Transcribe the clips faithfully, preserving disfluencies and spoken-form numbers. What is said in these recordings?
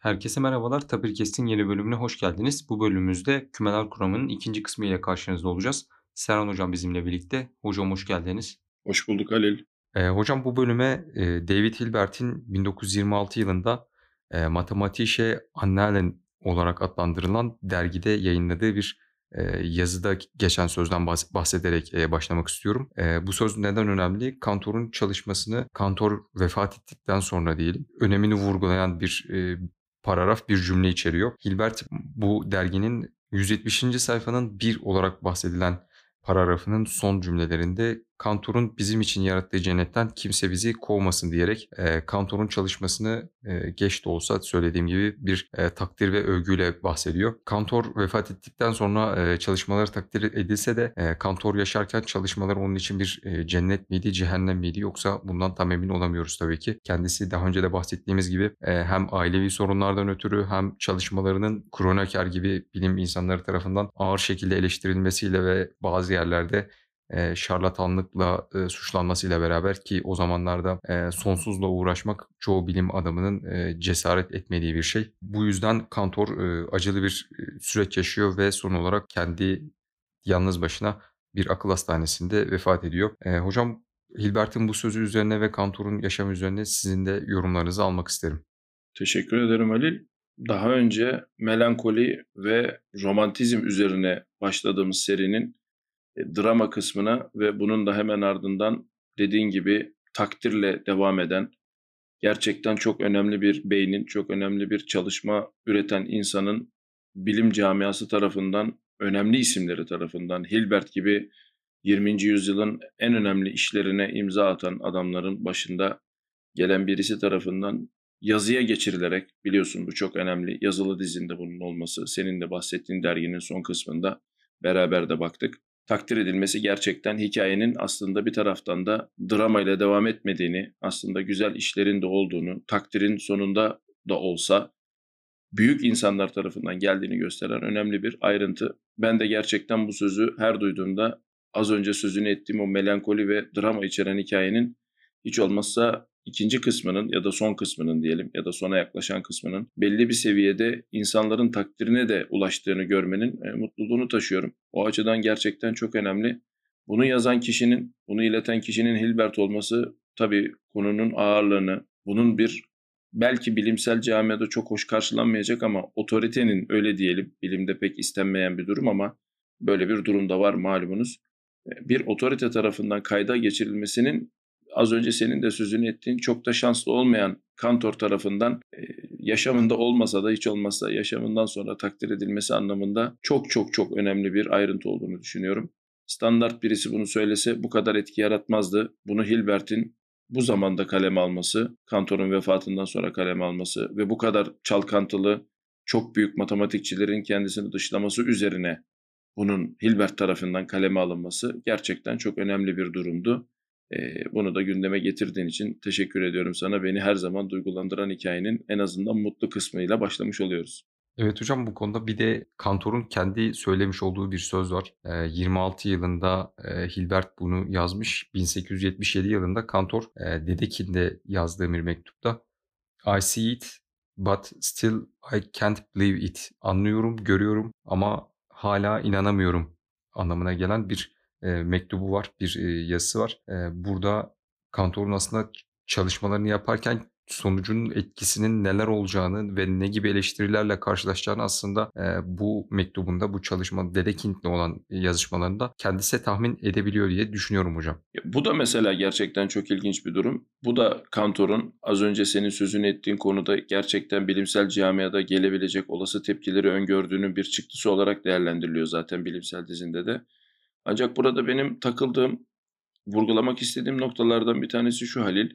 Herkese merhabalar. Tabirkest'in yeni bölümüne hoş geldiniz. Bu bölümümüzde kümeler kuramının ikinci kısmı ile karşınızda olacağız. Serhan Hocam bizimle birlikte. Hocam hoş geldiniz. Hoş bulduk Halil. Eee, hocam bu bölüme eee, David Hilbert'in bin dokuz yüz yirmi altı yılında eee Mathematische Annalen olarak adlandırılan dergide yayınladığı bir eee, yazıda geçen sözden bahs- bahsederek eee, başlamak istiyorum. Eee, bu söz neden önemli? Cantor'un çalışmasını, Cantor vefat ettikten sonra diyelim, önemini vurgulayan bir eee, paragraf, bir cümle içeriyor. Hilbert bu derginin yüz yetmişinci sayfanın bir olarak bahsedilen paragrafının son cümlelerinde Cantor'un bizim için yarattığı cennetten kimse bizi kovmasın diyerek eee Cantor'un çalışmasını eee, geç de olsa söylediğim gibi bir eee, takdir ve övgüyle bahsediyor. Cantor vefat ettikten sonra eee, çalışmaları takdir edilse de eee Cantor yaşarken çalışmaları onun için bir eee, cennet miydi, cehennem miydi yoksa bundan tam emin olamıyoruz tabii ki. Kendisi daha önce de bahsettiğimiz gibi eee, hem ailevi sorunlardan ötürü hem çalışmalarının Kronecker gibi bilim insanları tarafından ağır şekilde eleştirilmesiyle ve bazı yerlerde eee, şarlatanlıkla eee, suçlanmasıyla beraber ki o zamanlarda eee, sonsuzla uğraşmak çoğu bilim adamının eee, cesaret etmediği bir şey. Bu yüzden Cantor eee, acılı bir eee, süreç yaşıyor ve son olarak kendi yalnız başına bir akıl hastanesinde vefat ediyor. Eee, hocam Hilbert'in bu sözü üzerine ve Cantor'un yaşamı üzerine sizin de yorumlarınızı almak isterim. Teşekkür ederim Halil. Daha önce melankoli ve romantizm üzerine başladığımız serinin e, drama kısmına ve bunun da hemen ardından dediğin gibi takdirle devam eden, gerçekten çok önemli bir beynin, çok önemli bir çalışma üreten insanın bilim camiası tarafından, önemli isimleri tarafından, Hilbert gibi yirminci yüzyılın en önemli işlerine imza atan adamların başında gelen birisi tarafından yazıya geçirilerek, biliyorsun bu çok önemli, yazılı dizinde bunun olması, senin de bahsettiğin derginin son kısmında beraber de baktık. Takdir edilmesi gerçekten hikayenin aslında bir taraftan da drama ile devam etmediğini, aslında güzel işlerin de olduğunu, takdirin sonunda da olsa büyük insanlar tarafından geldiğini gösteren önemli bir ayrıntı. Ben de gerçekten bu sözü her duyduğumda az önce sözünü ettiğim o melankoli ve drama içeren hikayenin hiç olmazsa ikinci kısmının ya da son kısmının diyelim ya da sona yaklaşan kısmının belli bir seviyede insanların takdirine de ulaştığını görmenin e, mutluluğunu taşıyorum. O açıdan gerçekten çok önemli. Bunu yazan kişinin, bunu ileten kişinin Hilbert olması tabii konunun ağırlığını, bunun bir belki bilimsel camiada çok hoş karşılanmayacak ama otoritenin, öyle diyelim, bilimde pek istenmeyen bir durum ama böyle bir durum da var malumunuz. E, Bir otorite tarafından kayda geçirilmesinin az önce senin de sözünü ettiğin çok da şanslı olmayan kantor tarafından e, yaşamında olmasa da hiç olmazsa yaşamından sonra takdir edilmesi anlamında çok çok çok önemli bir ayrıntı olduğunu düşünüyorum. Standart birisi bunu söylese bu kadar etki yaratmazdı. Bunu Hilbert'in bu zamanda kaleme alması, Cantor'un vefatından sonra kaleme alması ve bu kadar çalkantılı, çok büyük matematikçilerin kendisini dışlaması üzerine bunun Hilbert tarafından kaleme alınması gerçekten çok önemli bir durumdu. Eee, bunu da gündeme getirdiğin için teşekkür ediyorum sana. Beni her zaman duygulandıran hikayenin en azından mutlu kısmıyla başlamış oluyoruz. Evet hocam bu konuda bir de Cantor'un kendi söylemiş olduğu bir söz var. Eee, yirmi altı yılında eee, Hilbert bunu yazmış. bin sekiz yüz yetmiş yedi yılında Cantor eee, Dedekin'de yazdığı bir mektupta I see it but still I can't believe it. Anlıyorum, görüyorum ama hala inanamıyorum anlamına gelen bir eee, mektubu var, bir eee, yazısı var. Eee, burada Cantor'un aslında ç- çalışmalarını yaparken sonucunun etkisinin neler olacağını ve ne gibi eleştirilerle karşılaşacağını aslında eee, bu mektubunda, bu çalışma Dedekind'le olan yazışmalarında kendisi tahmin edebiliyor diye düşünüyorum hocam. Ya, bu da mesela gerçekten çok ilginç bir durum. Bu da Cantor'un az önce senin sözünü ettiğin konuda gerçekten bilimsel camiada gelebilecek olası tepkileri öngördüğünün bir çıktısı olarak değerlendiriliyor zaten bilimsel dizinde de. Ancak burada benim takıldığım, vurgulamak istediğim noktalardan bir tanesi şu Halil.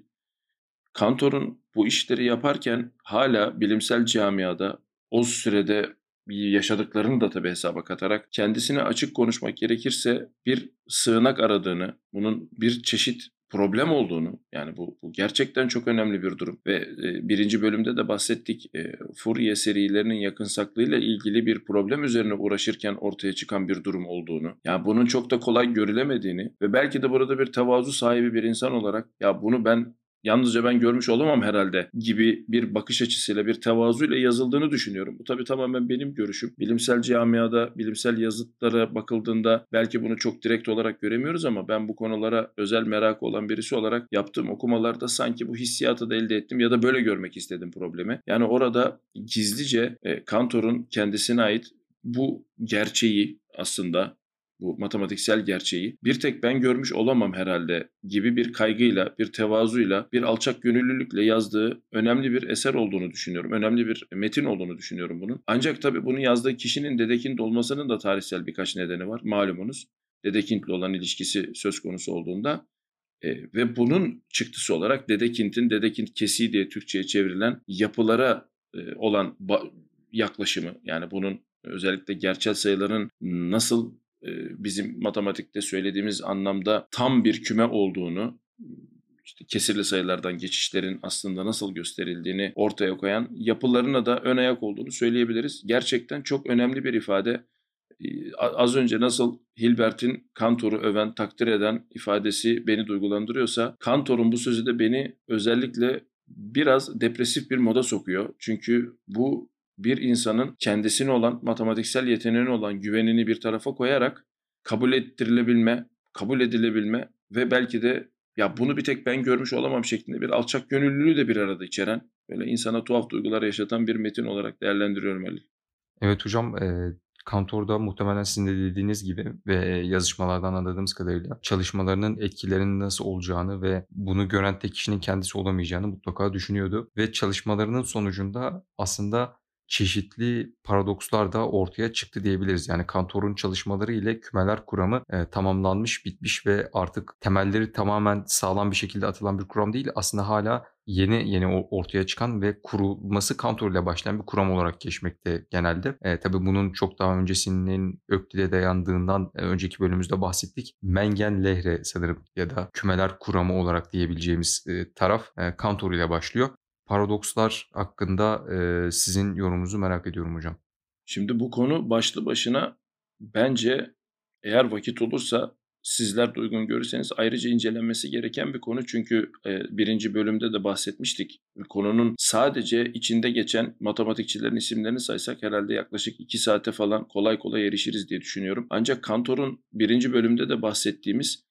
Kantor'un bu işleri yaparken hala bilimsel camiada o sürede yaşadıklarını da tabii hesaba katarak kendisine açık konuşmak gerekirse bir sığınak aradığını, bunun bir çeşit problem olduğunu, yani bu, bu gerçekten çok önemli bir durum ve e, birinci bölümde de bahsettik, e, Fourier serilerinin yakınsaklığıyla ilgili bir problem üzerine uğraşırken ortaya çıkan bir durum olduğunu, yani bunun çok da kolay görülemediğini ve belki de burada bir tevazu sahibi bir insan olarak ya bunu ben yalnızca ben görmüş olamam herhalde gibi bir bakış açısıyla, bir tevazuyla yazıldığını düşünüyorum. Bu tabii tamamen benim görüşüm. Bilimsel camiada, bilimsel yazıtlara bakıldığında belki bunu çok direkt olarak göremiyoruz ama ben bu konulara özel merakı olan birisi olarak yaptığım okumalarda sanki bu hissiyatı da elde ettim ya da böyle görmek istedim problemi. Yani orada gizlice e, Cantor'un kendisine ait bu gerçeği aslında bu matematiksel gerçeği bir tek ben görmüş olamam herhalde gibi bir kaygıyla, bir tevazuyla, bir alçak gönüllülükle yazdığı önemli bir eser olduğunu düşünüyorum. Önemli bir metin olduğunu düşünüyorum bunun. Ancak tabii bunu yazdığı kişinin Dedekind olmasının da tarihsel birkaç nedeni var. Malumunuz Dedekind'le olan ilişkisi söz konusu olduğunda e, ve bunun çıktısı olarak Dedekind'in Dedekind kesiği diye Türkçe'ye çevrilen yapılara e, olan ba- yaklaşımı, yani bunun özellikle gerçel sayıların nasıl e, bizim matematikte söylediğimiz anlamda tam bir küme olduğunu, işte kesirli sayılardan geçişlerin aslında nasıl gösterildiğini ortaya koyan yapılarına da ön ayak olduğunu söyleyebiliriz. Gerçekten çok önemli bir ifade. Ee, Az önce nasıl Hilbert'in Cantor'u öven, takdir eden ifadesi beni duygulandırıyorsa, Cantor'un bu sözü de beni özellikle biraz depresif bir moda sokuyor. Çünkü bu bir insanın kendisine olan, matematiksel yeteneğine olan güvenini bir tarafa koyarak kabul ettirilebilme, kabul edilebilme ve belki de ya bunu bir tek ben görmüş olamam şeklinde bir alçak gönüllülüğü de bir arada içeren, böyle insana tuhaf duygular yaşatan bir metin olarak değerlendiriyorum Ali. Evet hocam, eee, Kantor'da muhtemelen sizin de dediğiniz gibi ve yazışmalardan anladığımız kadarıyla çalışmalarının etkilerinin nasıl olacağını ve bunu gören tek kişinin kendisi olamayacağını mutlaka düşünüyordu ve çalışmalarının sonucunda aslında çeşitli paradokslar da ortaya çıktı diyebiliriz. Yani Kantor'un çalışmaları ile kümeler kuramı, eee, tamamlanmış, bitmiş ve artık temelleri tamamen sağlam bir şekilde atılan bir kuram değil, aslında hala yeni yeni o ortaya çıkan ve kurulması Kantor ile başlayan bir kuram olarak geçmekte genelde. Eee, tabii bunun çok daha öncesinin Öklid'e dayandığından, eee, önceki bölümümüzde bahsettik. Mengen-Lehre sanırım ya da kümeler kuramı olarak diyebileceğimiz, eee, taraf, eee, Kantor ile başlıyor. Paradokslar hakkında, eee, sizin yorumunuzu merak ediyorum hocam. Şimdi bu konu başlı başına bence eğer vakit olursa sizler de uygun görürseniz ayrıca incelenmesi gereken bir konu. Çünkü e, birinci bölümde de bahsetmiştik. Konunun sadece içinde geçen matematikçilerin isimlerini saysak herhalde yaklaşık iki saate falan kolay kolay erişiriz diye düşünüyorum. Ancak Cantor'un birinci bölümde de bahsettiğimiz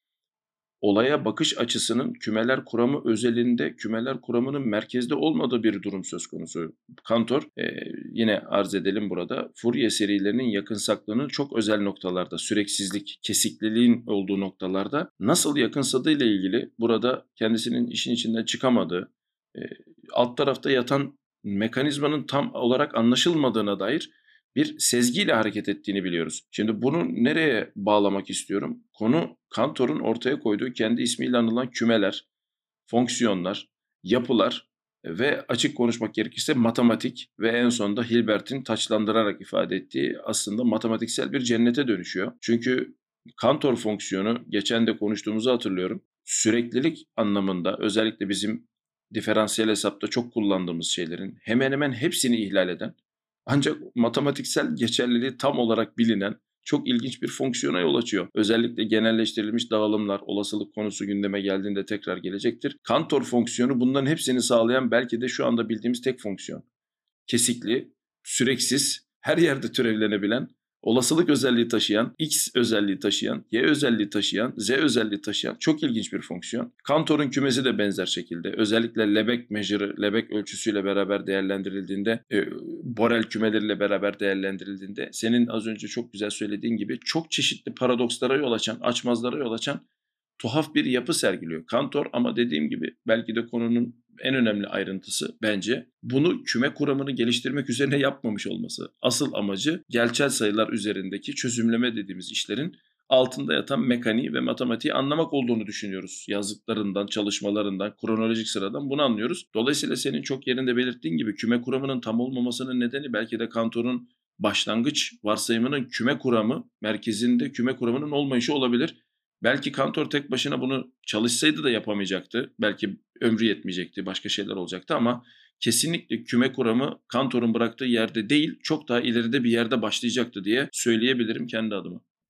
olaya bakış açısının kümeler kuramı özelinde kümeler kuramının merkezde olmadığı bir durum söz konusu. Cantor e, yine arz edelim burada Fourier serilerinin yakınsaklığının çok özel noktalarda, süreksizlik, kesikliliğin olduğu noktalarda nasıl yakınsadığı ile ilgili burada kendisinin işin içinden çıkamadığı, e, alt tarafta yatan mekanizmanın tam olarak anlaşılmadığına dair bir sezgiyle hareket ettiğini biliyoruz. Şimdi bunu nereye bağlamak istiyorum? Konu Cantor'un ortaya koyduğu kendi ismiyle anılan kümeler, fonksiyonlar, yapılar ve açık konuşmak gerekirse matematik ve en sonunda Hilbert'in taçlandırarak ifade ettiği aslında matematiksel bir cennete dönüşüyor. Çünkü Cantor fonksiyonu geçen de konuştuğumuzu hatırlıyorum. Süreklilik anlamında özellikle bizim diferansiyel hesapta çok kullandığımız şeylerin hemen hemen hepsini ihlal eden ancak matematiksel geçerliliği tam olarak bilinen çok ilginç bir fonksiyona yol açıyor. Özellikle genelleştirilmiş dağılımlar, olasılık konusu gündeme geldiğinde tekrar gelecektir. Cantor fonksiyonu bunların hepsini sağlayan belki de şu anda bildiğimiz tek fonksiyon. Kesikli, süreksiz, her yerde türevlenebilen, olasılık özelliği taşıyan, X özelliği taşıyan, Y özelliği taşıyan, Z özelliği taşıyan çok ilginç bir fonksiyon. Cantor'un kümesi de benzer şekilde. Özellikle Lebesgue measure'ı, Lebesgue ölçüsüyle beraber değerlendirildiğinde, e, Borel kümeleriyle beraber değerlendirildiğinde senin az önce çok güzel söylediğin gibi çok çeşitli paradokslara yol açan, açmazlara yol açan tuhaf bir yapı sergiliyor Cantor ama dediğim gibi belki de konunun en önemli ayrıntısı bence bunu küme kuramını geliştirmek üzerine yapmamış olması. Asıl amacı gerçel sayılar üzerindeki çözümleme dediğimiz işlerin altında yatan mekaniği ve matematiği anlamak olduğunu düşünüyoruz. Yazdıklarından, çalışmalarından, kronolojik sıradan bunu anlıyoruz. Dolayısıyla senin çok yerinde belirttiğin gibi küme kuramının tam olmamasının nedeni belki de Cantor'un başlangıç varsayımının küme kuramı merkezinde küme kuramının olmayışı olabilir. Belki Cantor tek başına bunu çalışsaydı da yapamayacaktı. Belki ömrü yetmeyecekti, başka şeyler olacaktı ama kesinlikle küme kuramı Cantor'un bıraktığı yerde değil, çok daha ileride bir yerde başlayacaktı diye söyleyebilirim kendi adıma.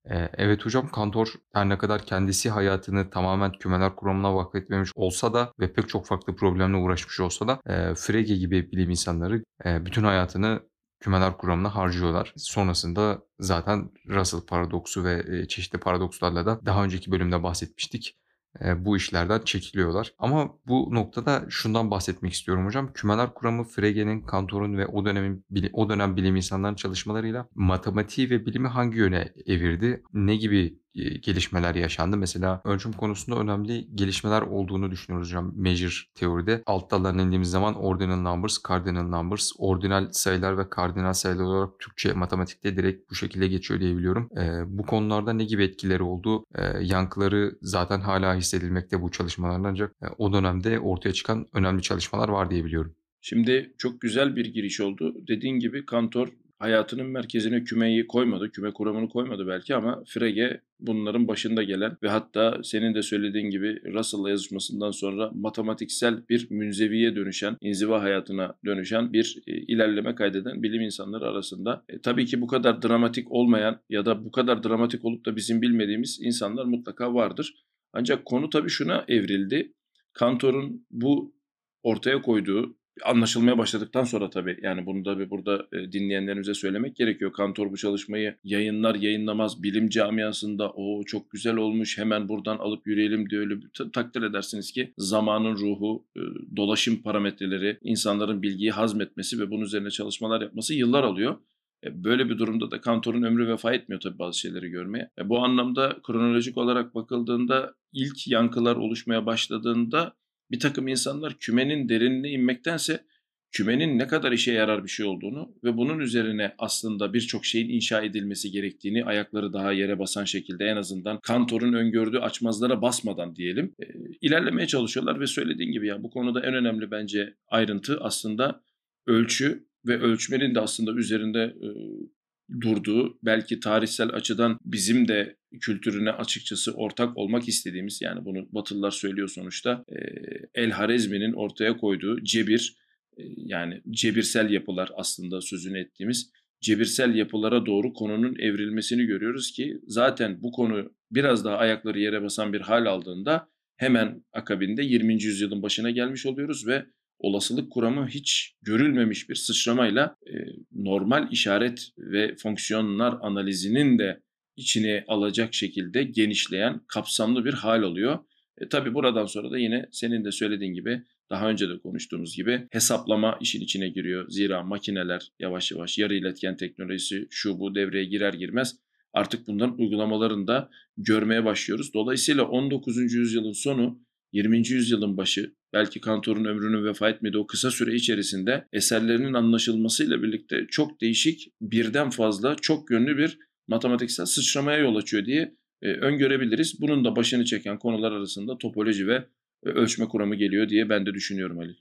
Eee, evet hocam, Cantor her ne kadar kendisi hayatını tamamen kümeler kuramına vakfetmemiş olsa da ve pek çok farklı problemle uğraşmış olsa da eee, Frege gibi bilim insanları eee, bütün hayatını kümeler kuramına harcıyorlar. Sonrasında zaten Russell paradoksu ve eee, çeşitli paradokslarla da daha önceki bölümde bahsetmiştik. Eee, bu işlerden çekiliyorlar. Ama bu noktada şundan bahsetmek istiyorum hocam. Kümeler kuramı Frege'nin, Cantor'un ve o dönemin bili- o dönem bilim insanlarının çalışmalarıyla matematiği ve bilimi hangi yöne evirdi? Ne gibi eee, gelişmeler yaşandı? Mesela ölçüm konusunda önemli gelişmeler olduğunu düşünüyoruz hocam measure teoride. Alt dallarına indiğimiz zaman ordinal numbers, cardinal numbers, ordinal sayılar ve kardinal sayılar olarak Türkçe matematikte direkt bu şekilde geçiyor diye biliyorum. Eee, bu konularda ne gibi etkileri oldu? Eee, yankıları zaten hala hissedilmekte bu çalışmaların, ancak eee, o dönemde ortaya çıkan önemli çalışmalar var diye biliyorum. Şimdi çok güzel bir giriş oldu. Dediğin gibi Kantor hayatının merkezine kümeyi koymadı, küme kuramını koymadı belki ama Frege bunların başında gelen ve hatta senin de söylediğin gibi Russell'la yazışmasından sonra matematiksel bir münzeviye dönüşen, inziva hayatına dönüşen bir e, ilerleme kaydeden bilim insanları arasında. E, tabii ki bu kadar dramatik olmayan ya da bu kadar dramatik olup da bizim bilmediğimiz insanlar mutlaka vardır. Ancak konu tabii şuna evrildi. Kantor'un bu ortaya koyduğu anlaşılmaya başladıktan sonra tabii, yani bunu da bir burada, eee, dinleyenlerimize söylemek gerekiyor. Kantor bu çalışmayı yayınlar yayınlamaz bilim camiasında, "O, çok güzel olmuş, hemen buradan alıp yürüyelim." diye öyle bir ta takdir edersiniz ki zamanın ruhu, ııı, dolaşım parametreleri, insanların bilgiyi hazmetmesi ve bunun üzerine çalışmalar yapması yıllar alıyor. E, böyle bir durumda da Kantor'un ömrü vefa etmiyor tabii bazı şeyleri görmeye. E, bu anlamda kronolojik olarak bakıldığında ilk yankılar oluşmaya başladığında bir takım insanlar kümenin derinine inmektense kümenin ne kadar işe yarar bir şey olduğunu ve bunun üzerine aslında birçok şeyin inşa edilmesi gerektiğini, ayakları daha yere basan şekilde, en azından Kantor'un öngördüğü açmazlara basmadan diyelim, eee, ilerlemeye çalışıyorlar ve söylediğin gibi ya bu konuda en önemli bence ayrıntı aslında ölçü ve ölçmenin de aslında üzerinde, eee, durduğu, belki tarihsel açıdan bizim de kültürüne açıkçası ortak olmak istediğimiz, yani bunu Batılılar söylüyor sonuçta, eee, El-Harizmi'nin ortaya koyduğu cebir, eee, yani cebirsel yapılar aslında sözünü ettiğimiz cebirsel yapılara doğru konunun evrilmesini görüyoruz ki zaten bu konu biraz daha ayakları yere basan bir hal aldığında hemen akabinde yirminci yüzyılın başına gelmiş oluyoruz ve olasılık kuramı hiç görülmemiş bir sıçramayla eee, normal işaret ve fonksiyonlar analizinin de içine alacak şekilde genişleyen, kapsamlı bir hal oluyor. E, tabii buradan sonra da yine senin de söylediğin gibi, daha önce de konuştuğumuz gibi hesaplama işin içine giriyor. Zira makineler yavaş yavaş, yarı iletken teknolojisi şu bu devreye girer girmez artık bunların uygulamalarını da görmeye başlıyoruz. Dolayısıyla on dokuzuncu yüzyılın sonu, yirminci yüzyılın başı, belki Kantor'un ömrünün vefa etmediği o kısa süre içerisinde eserlerinin anlaşılmasıyla birlikte çok değişik, birden fazla, çok yönlü bir matematiksel sıçramaya yol açıyor diye e, öngörebiliriz. Bunun da başını çeken konular arasında topoloji ve e, ölçme kuramı geliyor diye ben de düşünüyorum Halil.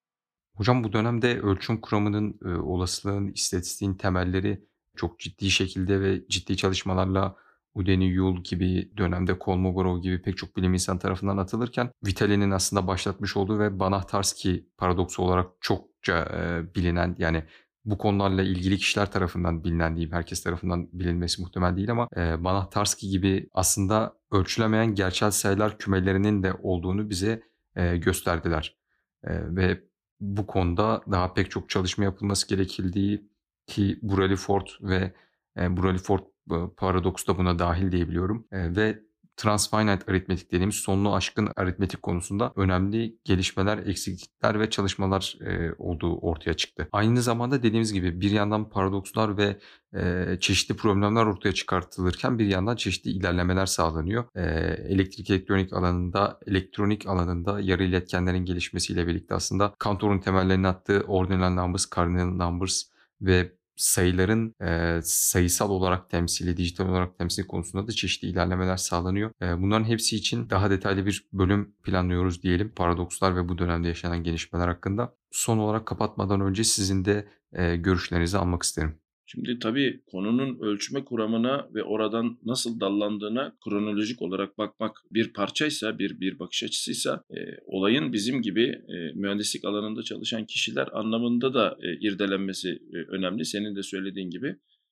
Hocam bu dönemde ölçüm kuramının, eee, olasılığın, istatistiğin temelleri çok ciddi şekilde ve ciddi çalışmalarla Udeni-Yule gibi, dönemde Kolmogorov gibi pek çok bilim insanı tarafından atılırken Vitali'nin aslında başlatmış olduğu ve Banach-Tarski paradoksu olarak çokça, eee, bilinen, yani bu konularla ilgili kişiler tarafından bilinen diyeyim, herkes tarafından bilinmesi muhtemel değil ama, eee, Banach-Tarski gibi aslında ölçülemeyen gerçel sayılar kümelerinin de olduğunu bize, eee, gösterdiler. Eee, ve bu konuda daha pek çok çalışma yapılması gerekildiği, ki Burali-Ford ve, eee, Burali-Ford ııı, paradoksu da buna dâhil diye biliyorum, eee, ve transfinite aritmetik dediğimiz sonlu aşkın aritmetik konusunda önemli gelişmeler, eksiklikler ve çalışmalar, eee, olduğu ortaya çıktı. Aynı zamanda dediğimiz gibi bir yandan paradokslar ve, eee, çeşitli problemler ortaya çıkartılırken bir yandan çeşitli ilerlemeler sağlanıyor. Eee, elektrik elektronik alanında, elektronik alanında yarı iletkenlerin gelişmesiyle birlikte aslında Cantor'un temellerini attığı ordinal numbers, cardinal numbers ve sayıların, eee, sayısal olarak temsili, dijital olarak temsili konusunda da çeşitli ilerlemeler sağlanıyor. Eee, bunların hepsi için daha detaylı bir bölüm planlıyoruz diyelim, paradokslar ve bu dönemde yaşanan gelişmeler hakkında. Son olarak kapatmadan önce sizin de, eee, görüşlerinizi almak isterim. Şimdi tabii konunun ölçme kuramına ve oradan nasıl dallandığına kronolojik olarak bakmak bir parçaysa, bir bir bakış açısıysa, eee, olayın bizim gibi, eee, mühendislik alanında çalışan kişiler anlamında da, eee, irdelenmesi, eee, önemli. Senin de söylediğin gibi.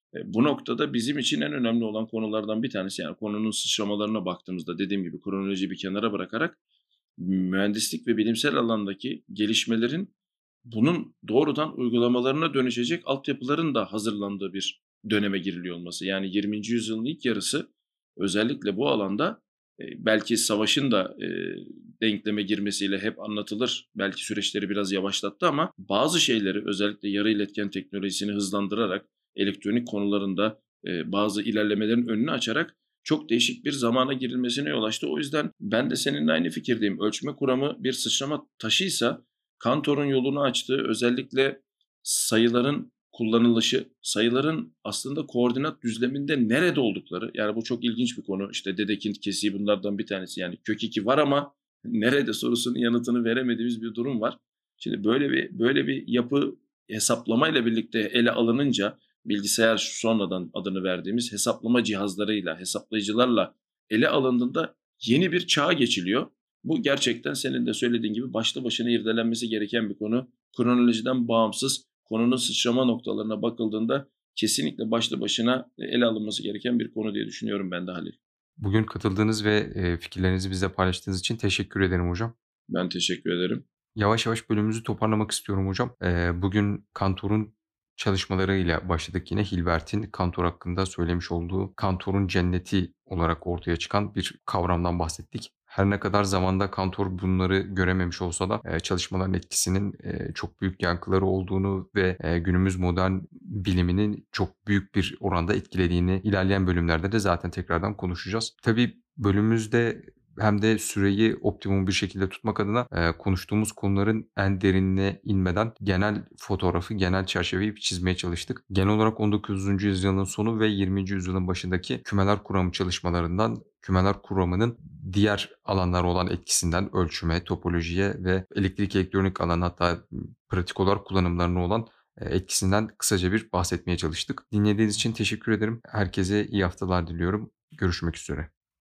Eee, bu noktada bizim için en önemli olan konulardan bir tanesi, yani konunun sıçramalarına baktığımızda dediğim gibi kronolojiyi bir kenara bırakarak mühendislik ve bilimsel alandaki gelişmelerin bunun doğrudan uygulamalarına dönüşecek altyapıların da hazırlandığı bir döneme giriliyor olması. Yani yirminci yüzyılın ilk yarısı özellikle bu alanda, eee, belki savaşın da, eee, denkleme girmesiyle hep anlatılır. Belki süreçleri biraz yavaşlattı ama bazı şeyleri özellikle yarı iletken teknolojisini hızlandırarak, elektronik konularında, eee, bazı ilerlemelerin önünü açarak çok değişik bir zamana girilmesine yol açtı. O yüzden ben de seninle aynı fikirdeyim. Ölçme kuramı bir sıçrama taşıysa Cantor'un yolunu açtığı özellikle sayıların kullanılışı, sayıların aslında koordinat düzleminde nerede oldukları, yani bu çok ilginç bir konu. İşte Dedekind kesiği bunlardan bir tanesi. Yani kök iki var ama nerede sorusunun yanıtını veremediğimiz bir durum var. Şimdi böyle bir böyle bir yapı hesaplamayla birlikte ele alınınca bilgisayar sonradan adını verdiğimiz hesaplama cihazlarıyla, hesaplayıcılarla ele alındığında yeni bir çağa geçiliyor. Bu gerçekten senin de söylediğin gibi başlı başına irdelenmesi gereken bir konu. Kronolojiden bağımsız konunun sıçrama noktalarına bakıldığında kesinlikle başlı başına e, ele alınması gereken bir konu diye düşünüyorum ben de Halil. Bugün katıldığınız ve, eee, fikirlerinizi bizle paylaştığınız için teşekkür ederim hocam. Ben teşekkür ederim. Yavaş yavaş bölümümüzü toparlamak istiyorum hocam. Eee, bugün Cantor'un çalışmalarıyla başladık yine. Hilbert'in Cantor hakkında söylemiş olduğu Cantor'un cenneti olarak ortaya çıkan bir kavramdan bahsettik. Her ne kadar zamanda Cantor bunları görememiş olsa da eee, çalışmaların etkisinin eee, çok büyük yankıları olduğunu ve eee, günümüz modern biliminin çok büyük bir oranda etkilediğini ilerleyen bölümlerde de zaten tekrardan konuşacağız. Tabii bölümümüzde hem de süreyi optimum bir şekilde tutmak adına, eee, konuştuğumuz konuların en derinine inmeden genel fotoğrafı, genel çerçeveyi bir çizmeye çalıştık. Genel olarak on dokuzuncu yüzyılın sonu ve yirminci yüzyılın başındaki kümeler kuramı çalışmalarından, kümeler kuramının diğer alanlara olan etkisinden ölçüme, topolojiye ve elektrik elektronik alan hatta, ımm, pratik olarak kullanımlarına olan, eee, etkisinden kısaca bir bahsetmeye çalıştık. Dinlediğiniz için teşekkür ederim. Herkese iyi haftalar diliyorum. Görüşmek üzere.